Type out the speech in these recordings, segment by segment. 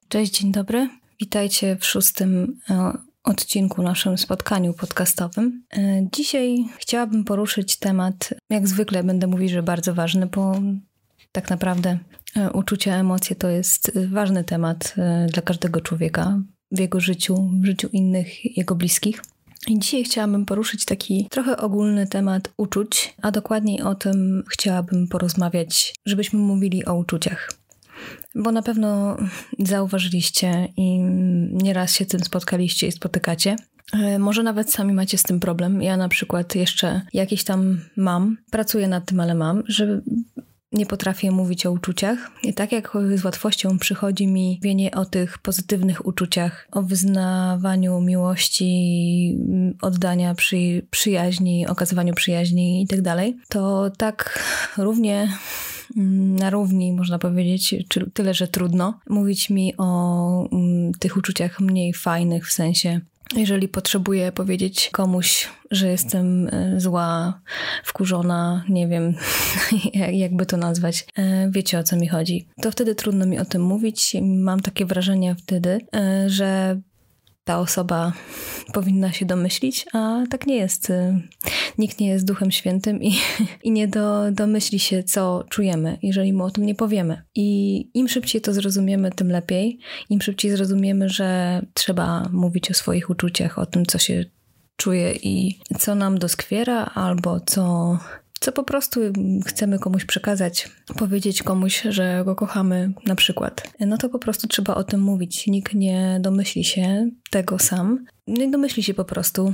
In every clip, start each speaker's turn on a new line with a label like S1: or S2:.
S1: Cześć, dzień dobry. Witajcie w 6. odcinku naszym spotkaniu podcastowym. Dzisiaj chciałabym poruszyć temat, jak zwykle będę mówić, że bardzo ważny, bo tak naprawdę uczucia, emocje to jest ważny temat dla każdego człowieka w jego życiu, w życiu innych, jego bliskich. I dzisiaj chciałabym poruszyć taki trochę ogólny temat uczuć, a dokładniej o tym chciałabym porozmawiać, żebyśmy mówili o uczuciach. Bo na pewno zauważyliście i nieraz się z tym spotkaliście i spotykacie. Może nawet sami macie z tym problem. Ja na przykład jeszcze jakiś tam pracuję nad tym, ale że nie potrafię mówić o uczuciach. I tak jak z łatwością przychodzi mi mówienie o tych pozytywnych uczuciach, o wyznawaniu miłości, oddania przyjaźni, okazywaniu przyjaźni i tak dalej, to tak na równi, można powiedzieć, tyle, że trudno mówić mi o tych uczuciach mniej fajnych, w sensie, jeżeli potrzebuję powiedzieć komuś, że jestem zła, wkurzona, nie wiem, jakby to nazwać, wiecie, o co mi chodzi, to wtedy trudno mi o tym mówić. Mam takie wrażenie wtedy, że ta osoba powinna się domyślić, a tak nie jest. Nikt nie jest Duchem Świętym i nie domyśli się, co czujemy, jeżeli mu o tym nie powiemy. I im szybciej to zrozumiemy, tym lepiej. Im szybciej zrozumiemy, że trzeba mówić o swoich uczuciach, o tym, co się czuje i co nam doskwiera, albo co po prostu chcemy komuś przekazać, powiedzieć komuś, że go kochamy na przykład. No to po prostu trzeba o tym mówić. Nikt nie domyśli się tego sam. Nie domyśli się po prostu,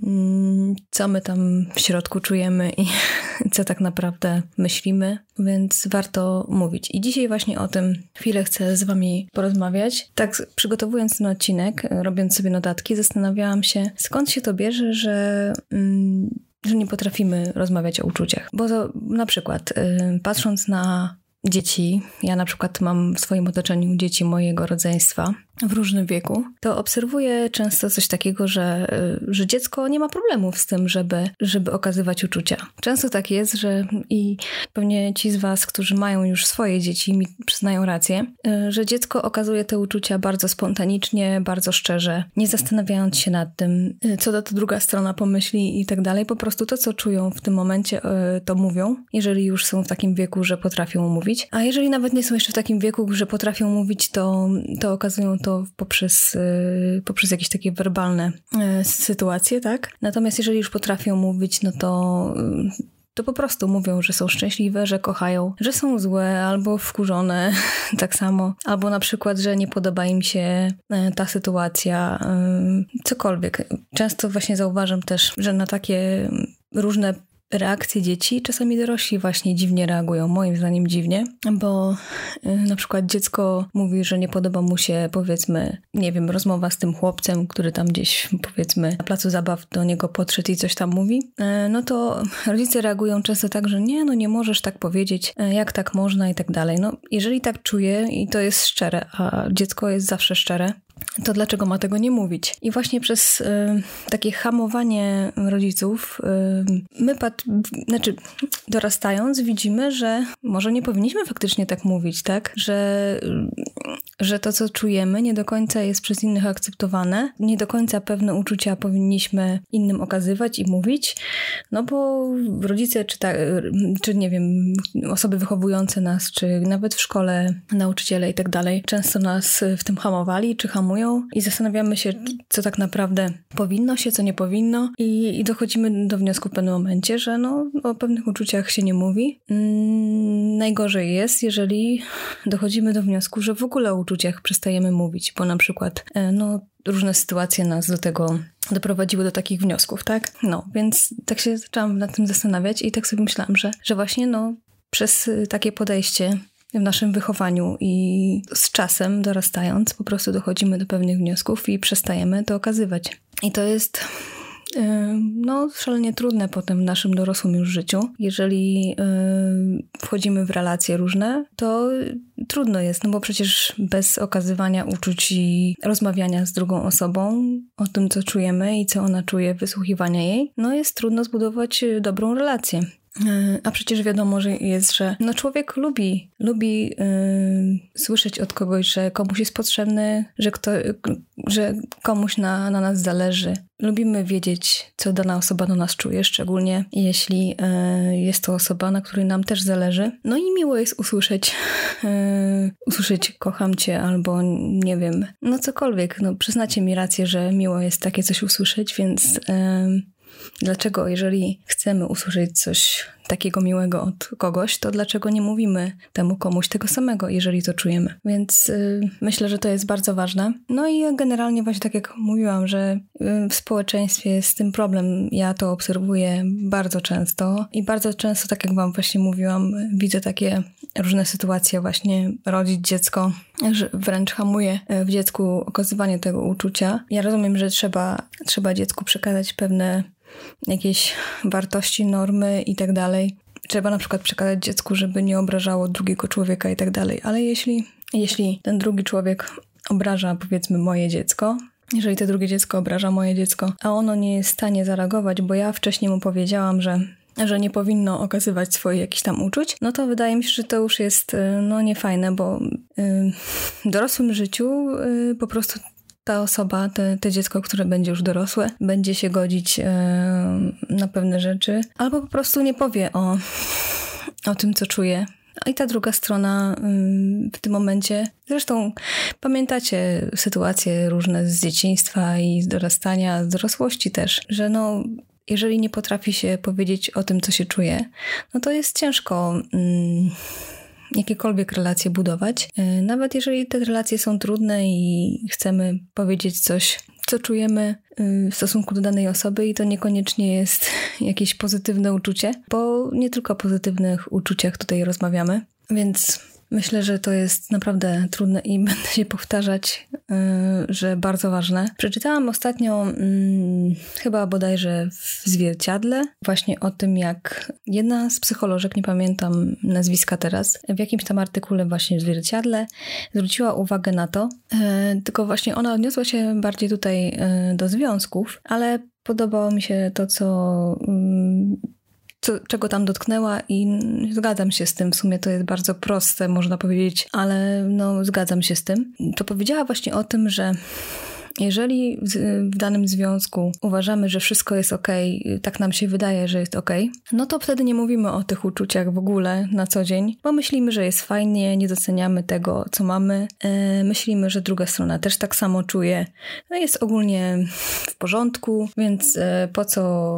S1: co my tam w środku czujemy i co tak naprawdę myślimy, więc warto mówić. I dzisiaj właśnie o tym chwilę chcę z wami porozmawiać. Tak przygotowując ten odcinek, robiąc sobie notatki, zastanawiałam się, skąd się to bierze, że nie potrafimy rozmawiać o uczuciach. Bo to, na przykład patrząc na dzieci, ja na przykład mam w swoim otoczeniu dzieci mojego rodzeństwa w różnym wieku, to obserwuję często coś takiego, że dziecko nie ma problemów z tym, żeby okazywać uczucia. Często tak jest, że i pewnie ci z was, którzy mają już swoje dzieci, mi przyznają rację, że dziecko okazuje te uczucia bardzo spontanicznie, bardzo szczerze, nie zastanawiając się nad tym, co ta druga strona pomyśli i tak dalej. Po prostu to, co czują w tym momencie, to mówią, jeżeli już są w takim wieku, że potrafią mówić. A jeżeli nawet nie są jeszcze w takim wieku, że potrafią mówić, to okazują to poprzez jakieś takie werbalne sytuacje, tak? Natomiast jeżeli już potrafią mówić, no to po prostu mówią, że są szczęśliwe, że kochają, że są złe albo wkurzone tak samo, albo na przykład, że nie podoba im się ta sytuacja, cokolwiek. Często właśnie zauważam też, że na takie różne reakcje dzieci czasami dorośli właśnie dziwnie reagują, moim zdaniem dziwnie, bo na przykład dziecko mówi, że nie podoba mu się, powiedzmy, nie wiem, rozmowa z tym chłopcem, który tam gdzieś, powiedzmy, na placu zabaw do niego podszedł i coś tam mówi, no to rodzice reagują często tak, że nie możesz tak powiedzieć, jak tak można i tak dalej. No, jeżeli tak czuje i to jest szczere, a dziecko jest zawsze szczere, to dlaczego ma tego nie mówić? I właśnie przez takie hamowanie rodziców my dorastając widzimy, że może nie powinniśmy faktycznie tak mówić, tak? Że to, co czujemy, nie do końca jest przez innych akceptowane, nie do końca pewne uczucia powinniśmy innym okazywać i mówić, no bo rodzice czy nie wiem, osoby wychowujące nas, czy nawet w szkole nauczyciele i tak dalej, często nas w tym hamowali, czy hamują i zastanawiamy się, co tak naprawdę powinno się, co nie powinno i dochodzimy do wniosku w pewnym momencie, że o pewnych uczuciach się nie mówi. Najgorzej jest, jeżeli dochodzimy do wniosku, że w ogóle o uczuciach przestajemy mówić, bo na przykład różne sytuacje nas do tego doprowadziły do takich wniosków, tak? No, więc tak się zaczęłam nad tym zastanawiać i tak sobie myślałam, że właśnie przez takie podejście w naszym wychowaniu i z czasem dorastając po prostu dochodzimy do pewnych wniosków i przestajemy to okazywać. I to jest szalenie trudne potem w naszym dorosłym już życiu. Jeżeli wchodzimy w relacje różne, to trudno jest, bo przecież bez okazywania uczuć i rozmawiania z drugą osobą o tym, co czujemy i co ona czuje, wysłuchiwania jej, jest trudno zbudować dobrą relację. A przecież wiadomo, że jest, że no człowiek lubi słyszeć od kogoś, że komuś jest potrzebny, że komuś na nas zależy. Lubimy wiedzieć, co dana osoba do nas czuje, szczególnie jeśli jest to osoba, na której nam też zależy. No i miło jest usłyszeć kocham cię albo nie wiem, no cokolwiek. No przyznacie mi rację, że miło jest takie coś usłyszeć, więc dlaczego, jeżeli chcemy usłyszeć coś takiego miłego od kogoś, to dlaczego nie mówimy temu komuś tego samego, jeżeli to czujemy? Więc myślę, że to jest bardzo ważne. No i generalnie właśnie tak jak mówiłam, że w społeczeństwie jest z tym problem. Ja to obserwuję bardzo często i bardzo często, tak jak wam właśnie mówiłam, widzę takie różne sytuacje właśnie rodzić dziecko, że wręcz hamuje w dziecku okazywanie tego uczucia. Ja rozumiem, że trzeba dziecku przekazać pewne jakieś wartości, normy i tak dalej. Trzeba na przykład przekazać dziecku, żeby nie obrażało drugiego człowieka i tak dalej. Ale jeśli ten drugi człowiek obraża, powiedzmy, moje dziecko, jeżeli to drugie dziecko obraża moje dziecko, a ono nie jest w stanie zareagować, bo ja wcześniej mu powiedziałam, że nie powinno okazywać swoich jakichś tam uczuć, no to wydaje mi się, że to już jest niefajne, bo w dorosłym życiu po prostu ta osoba, to dziecko, które będzie już dorosłe, będzie się godzić na pewne rzeczy, albo po prostu nie powie o tym, co czuje. I ta druga strona w tym momencie, zresztą pamiętacie sytuacje różne z dzieciństwa i z dorastania, z dorosłości też, że jeżeli nie potrafi się powiedzieć o tym, co się czuje, no to jest ciężko jakiekolwiek relacje budować. Nawet jeżeli te relacje są trudne i chcemy powiedzieć coś, co czujemy w stosunku do danej osoby i to niekoniecznie jest jakieś pozytywne uczucie, bo nie tylko o pozytywnych uczuciach tutaj rozmawiamy, więc myślę, że to jest naprawdę trudne i będę się powtarzać, że bardzo ważne. Przeczytałam ostatnio chyba bodajże w Zwierciadle właśnie o tym, jak jedna z psycholożek, nie pamiętam nazwiska teraz, w jakimś tam artykule właśnie w Zwierciadle zwróciła uwagę na to, tylko właśnie ona odniosła się bardziej tutaj do związków, ale podobało mi się to, czego tam dotknęła i zgadzam się z tym. W sumie to jest bardzo proste, można powiedzieć, ale zgadzam się z tym. To powiedziała właśnie o tym, że jeżeli w danym związku uważamy, że wszystko jest okej, tak nam się wydaje, że jest okej, no to wtedy nie mówimy o tych uczuciach w ogóle na co dzień, bo myślimy, że jest fajnie, nie doceniamy tego, co mamy. Myślimy, że druga strona też tak samo czuje. No jest ogólnie w porządku, więc po co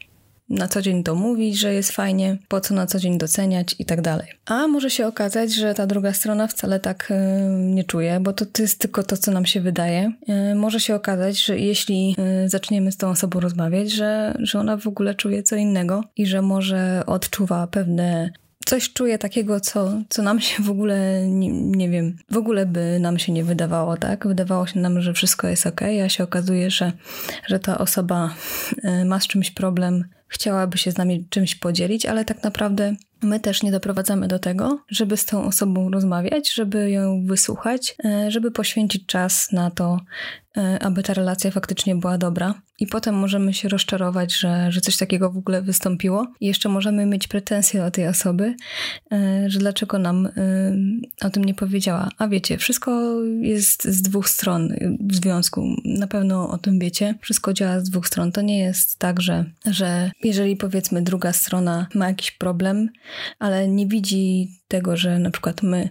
S1: na co dzień to mówić, że jest fajnie, po co na co dzień doceniać i tak dalej. A może się okazać, że ta druga strona wcale tak nie czuje, bo to jest tylko to, co nam się wydaje. Może się okazać, że jeśli zaczniemy z tą osobą rozmawiać, że ona w ogóle czuje co innego i że może odczuwa coś czuje takiego, co nam się w ogóle, nie wiem, w ogóle by nam się nie wydawało, tak? Wydawało się nam, że wszystko jest okej, a się okazuje, że ta osoba ma z czymś problem, chciałaby się z nami czymś podzielić, ale tak naprawdę my też nie doprowadzamy do tego, żeby z tą osobą rozmawiać, żeby ją wysłuchać, żeby poświęcić czas na to, aby ta relacja faktycznie była dobra. I potem możemy się rozczarować, że coś takiego w ogóle wystąpiło. I jeszcze możemy mieć pretensje do tej osoby, że dlaczego nam o tym nie powiedziała. A wiecie, wszystko jest z dwóch stron w związku. Na pewno o tym wiecie. Wszystko działa z dwóch stron. To nie jest tak, że jeżeli powiedzmy druga strona ma jakiś problem, ale nie widzi tego, że na przykład my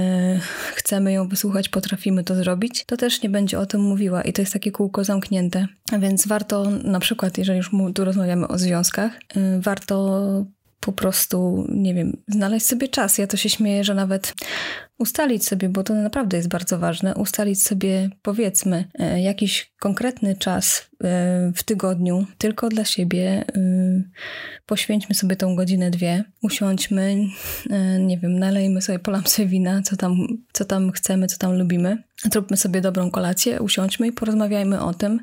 S1: chcemy ją wysłuchać, potrafimy to zrobić, to też nie będzie o tym mówiła i to jest takie kółko zamknięte. Więc warto na przykład, jeżeli już tu rozmawiamy o związkach, warto po prostu, nie wiem, znaleźć sobie czas. Ja to się śmieję, że nawet ustalić sobie, bo to naprawdę jest bardzo ważne, ustalić sobie, powiedzmy, jakiś konkretny czas w tygodniu tylko dla siebie. Poświęćmy sobie tą godzinę, 2, usiądźmy, nie wiem, nalejmy sobie po lampce wina, co tam chcemy, co tam lubimy. Zróbmy sobie dobrą kolację, usiądźmy i porozmawiajmy o tym,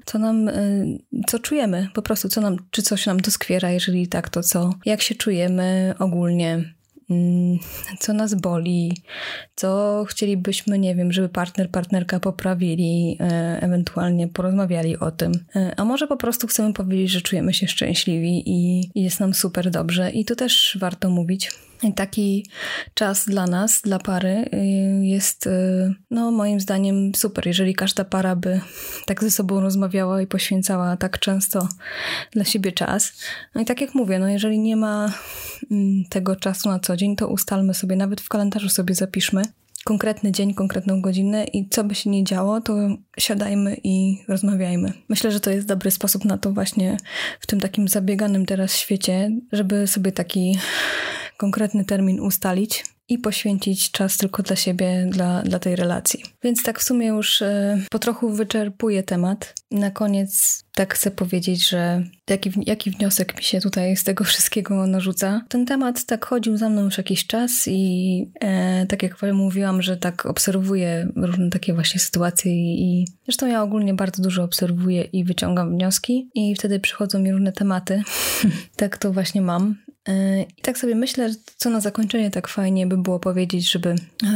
S1: co czujemy, po prostu czy coś nam doskwiera, jeżeli tak, to co, jak się czujemy ogólnie, co nas boli, co chcielibyśmy, nie wiem, żeby partnerka poprawili, ewentualnie porozmawiali o tym. A może po prostu chcemy powiedzieć, że czujemy się szczęśliwi i jest nam super dobrze i to też warto mówić. I taki czas dla nas, dla pary jest, no moim zdaniem super, jeżeli każda para by tak ze sobą rozmawiała i poświęcała tak często dla siebie czas. No i tak jak mówię, no jeżeli nie ma tego czasu na co dzień, to ustalmy sobie, nawet w kalendarzu sobie zapiszmy konkretny dzień, konkretną godzinę i co by się nie działo, to siadajmy i rozmawiajmy. Myślę, że to jest dobry sposób na to właśnie w tym takim zabieganym teraz świecie, żeby sobie taki konkretny termin ustalić i poświęcić czas tylko dla siebie, dla tej relacji. Więc tak w sumie już po trochu wyczerpuję temat. Na koniec tak chcę powiedzieć, że jaki wniosek mi się tutaj z tego wszystkiego narzuca. Ten temat tak chodził za mną już jakiś czas i tak jak mówiłam, że tak obserwuję różne takie właśnie sytuacje i zresztą ja ogólnie bardzo dużo obserwuję i wyciągam wnioski i wtedy przychodzą mi różne tematy. Tak to właśnie mam. I tak sobie myślę, co na zakończenie tak fajnie by było powiedzieć, żeby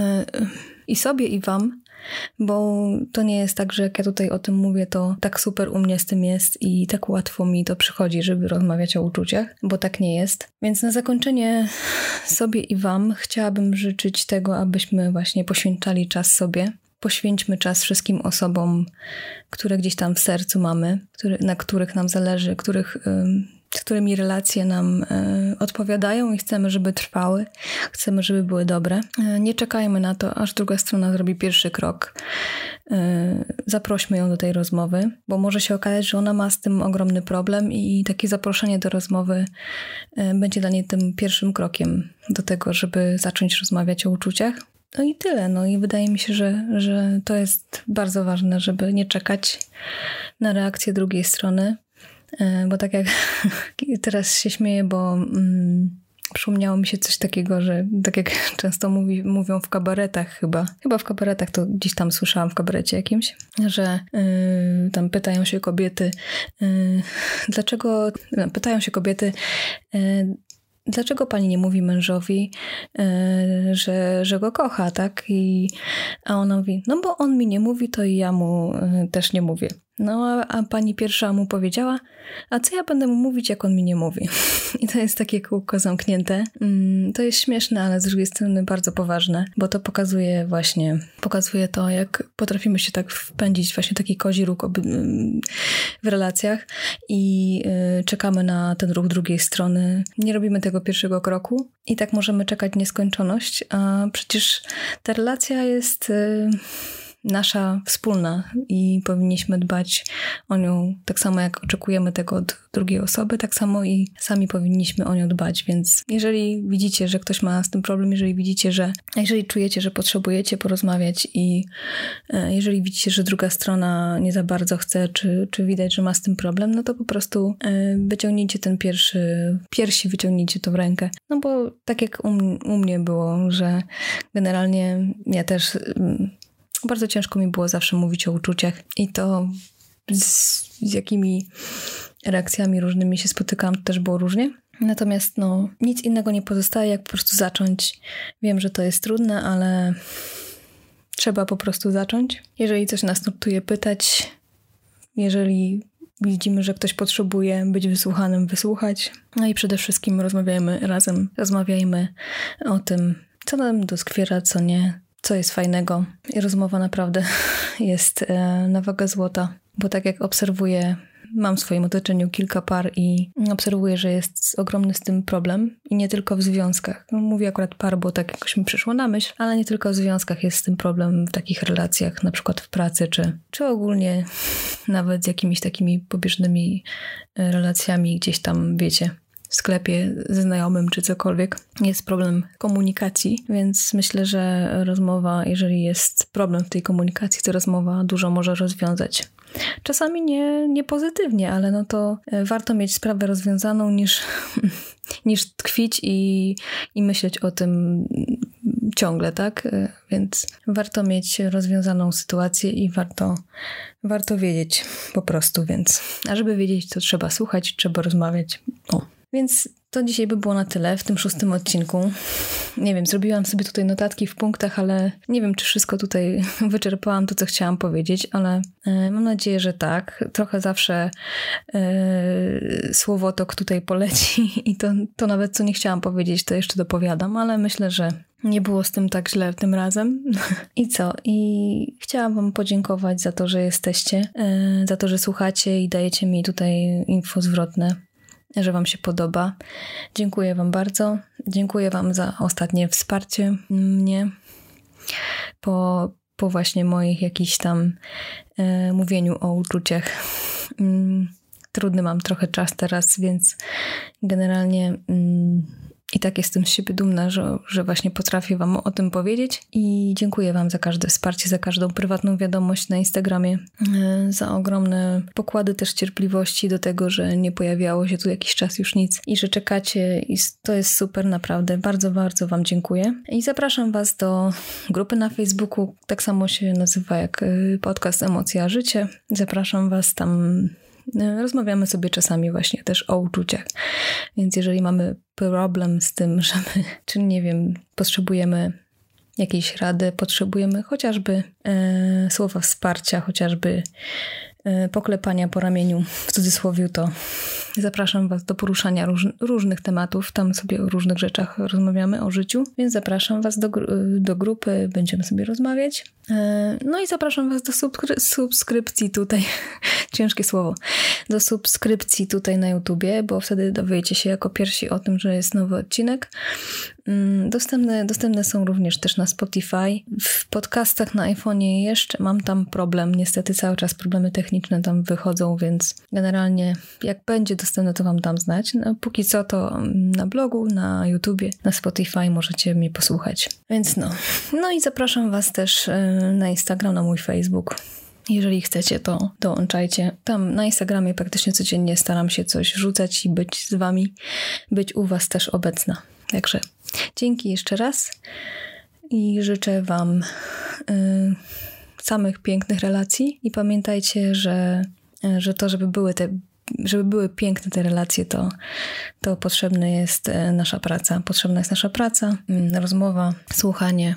S1: i sobie, i wam, bo to nie jest tak, że jak ja tutaj o tym mówię, to tak super u mnie z tym jest i tak łatwo mi to przychodzi, żeby rozmawiać o uczuciach, bo tak nie jest. Więc na zakończenie sobie i wam chciałabym życzyć tego, abyśmy właśnie poświęcali czas sobie. Poświęćmy czas wszystkim osobom, które gdzieś tam w sercu mamy, na których nam zależy, z którymi relacje nam odpowiadają i chcemy, żeby trwały, chcemy, żeby były dobre. Nie czekajmy na to, aż druga strona zrobi pierwszy krok. Zaprośmy ją do tej rozmowy, bo może się okazać, że ona ma z tym ogromny problem i takie zaproszenie do rozmowy będzie dla niej tym pierwszym krokiem do tego, żeby zacząć rozmawiać o uczuciach. No i tyle. No i wydaje mi się, że to jest bardzo ważne, żeby nie czekać na reakcję drugiej strony. Bo tak jak teraz się śmieję, bo przypomniało mi się coś takiego, że tak jak często mówią w kabaretach chyba w kabaretach, to gdzieś tam słyszałam w kabarecie jakimś, że tam pytają się kobiety, dlaczego pani nie mówi mężowi, że go kocha, tak? A ona mówi, no bo on mi nie mówi, to i ja mu też nie mówię. No a pani pierwsza mu powiedziała, a co ja będę mu mówić, jak on mi nie mówi? I to jest takie kółko zamknięte. To jest śmieszne, ale z drugiej strony bardzo poważne, bo to pokazuje to, jak potrafimy się tak wpędzić właśnie taki kozi róg w relacjach i czekamy na ten ruch drugiej strony. Nie robimy tego pierwszego kroku i tak możemy czekać nieskończoność, a przecież ta relacja jest nasza wspólna i powinniśmy dbać o nią tak samo jak oczekujemy tego od drugiej osoby, tak samo i sami powinniśmy o nią dbać, więc jeżeli widzicie, że ktoś ma z tym problem, jeżeli czujecie, że potrzebujecie porozmawiać i jeżeli widzicie, że druga strona nie za bardzo chce, czy widać, że ma z tym problem, no to po prostu wyciągnijcie ten piersi wyciągnijcie to w rękę. No bo tak jak u mnie było, że generalnie ja też bardzo ciężko mi było zawsze mówić o uczuciach i to z jakimi reakcjami różnymi się spotykałam, to też było różnie. Natomiast nic innego nie pozostaje, jak po prostu zacząć. Wiem, że to jest trudne, ale trzeba po prostu zacząć. Jeżeli coś nas nurtuje, pytać. Jeżeli widzimy, że ktoś potrzebuje być wysłuchanym, wysłuchać. No i przede wszystkim rozmawiajmy razem. Rozmawiajmy o tym, co nam doskwiera, co nie, co jest fajnego. I rozmowa naprawdę jest na wagę złota, bo tak jak obserwuję, mam w swoim otoczeniu kilka par i obserwuję, że jest ogromny z tym problem i nie tylko w związkach. Mówię akurat par, bo tak jakoś mi przyszło na myśl, ale nie tylko w związkach jest z tym problem w takich relacjach, na przykład w pracy, czy ogólnie nawet z jakimiś takimi pobieżnymi relacjami gdzieś tam, wiecie, w sklepie ze znajomym czy cokolwiek. Jest problem komunikacji, więc myślę, że rozmowa, jeżeli jest problem w tej komunikacji, to rozmowa dużo może rozwiązać. Czasami nie pozytywnie, ale no to warto mieć sprawę rozwiązaną niż tkwić i myśleć o tym ciągle, tak? Więc warto mieć rozwiązaną sytuację i warto wiedzieć po prostu, więc a żeby wiedzieć, to trzeba słuchać, trzeba rozmawiać. Więc to dzisiaj by było na tyle w tym 6. odcinku. Nie wiem, zrobiłam sobie tutaj notatki w punktach, ale nie wiem, czy wszystko tutaj wyczerpałam to, co chciałam powiedzieć, ale mam nadzieję, że tak. Trochę zawsze słowotok tutaj poleci i to nawet, co nie chciałam powiedzieć, to jeszcze dopowiadam, ale myślę, że nie było z tym tak źle tym razem. I co? I chciałam wam podziękować za to, że jesteście, za to, że słuchacie i dajecie mi tutaj info zwrotne, że wam się podoba. Dziękuję wam bardzo. Dziękuję wam za ostatnie wsparcie mnie po właśnie moich jakichś tam mówieniu o uczuciach. Trudny mam trochę czas teraz, więc generalnie i tak jestem z siebie dumna, że właśnie potrafię wam o tym powiedzieć i dziękuję wam za każde wsparcie, za każdą prywatną wiadomość na Instagramie, za ogromne pokłady też cierpliwości do tego, że nie pojawiało się tu jakiś czas już nic i że czekacie i to jest super, naprawdę. Bardzo, bardzo wam dziękuję. I zapraszam was do grupy na Facebooku, tak samo się nazywa jak podcast Emocja Życie. Zapraszam was tam. Rozmawiamy sobie czasami właśnie też o uczuciach. Więc jeżeli mamy problem z tym, że my, czy nie wiem, potrzebujemy jakiejś rady, potrzebujemy chociażby słowa wsparcia, chociażby poklepania po ramieniu, w cudzysłowie, to zapraszam was do poruszania różnych tematów. Tam sobie o różnych rzeczach rozmawiamy, o życiu. Więc zapraszam was do grupy, będziemy sobie rozmawiać. No i zapraszam was do subskrypcji tutaj, ciężkie słowo, do subskrypcji tutaj na YouTubie, bo wtedy dowiecie się jako pierwsi o tym, że jest nowy odcinek. Dostępne są również też na Spotify. W podcastach na iPhone'ie jeszcze mam tam problem. Niestety cały czas problemy techniczne tam wychodzą, więc generalnie jak będzie dostępne, to wam dam znać. No, póki co to na blogu, na YouTubie, na Spotify możecie mnie posłuchać. Więc no i zapraszam was też na Instagram, na mój Facebook. Jeżeli chcecie, to dołączajcie. Tam na Instagramie praktycznie codziennie staram się coś rzucać i być z wami, być u was też obecna. Także dzięki jeszcze raz i życzę wam samych pięknych relacji i pamiętajcie, że to, żeby były piękne te relacje, to potrzebna jest nasza praca. Potrzebna jest nasza praca, rozmowa, słuchanie,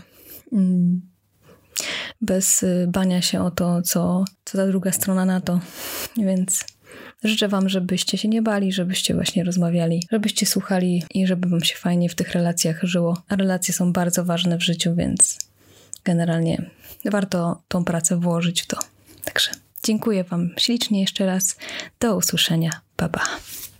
S1: bez bania się o to, co ta druga strona na to. Więc życzę wam, żebyście się nie bali, żebyście właśnie rozmawiali, żebyście słuchali i żeby wam się fajnie w tych relacjach żyło. A relacje są bardzo ważne w życiu, więc generalnie warto tą pracę włożyć w to. Także dziękuję wam ślicznie jeszcze raz. Do usłyszenia. Pa, pa.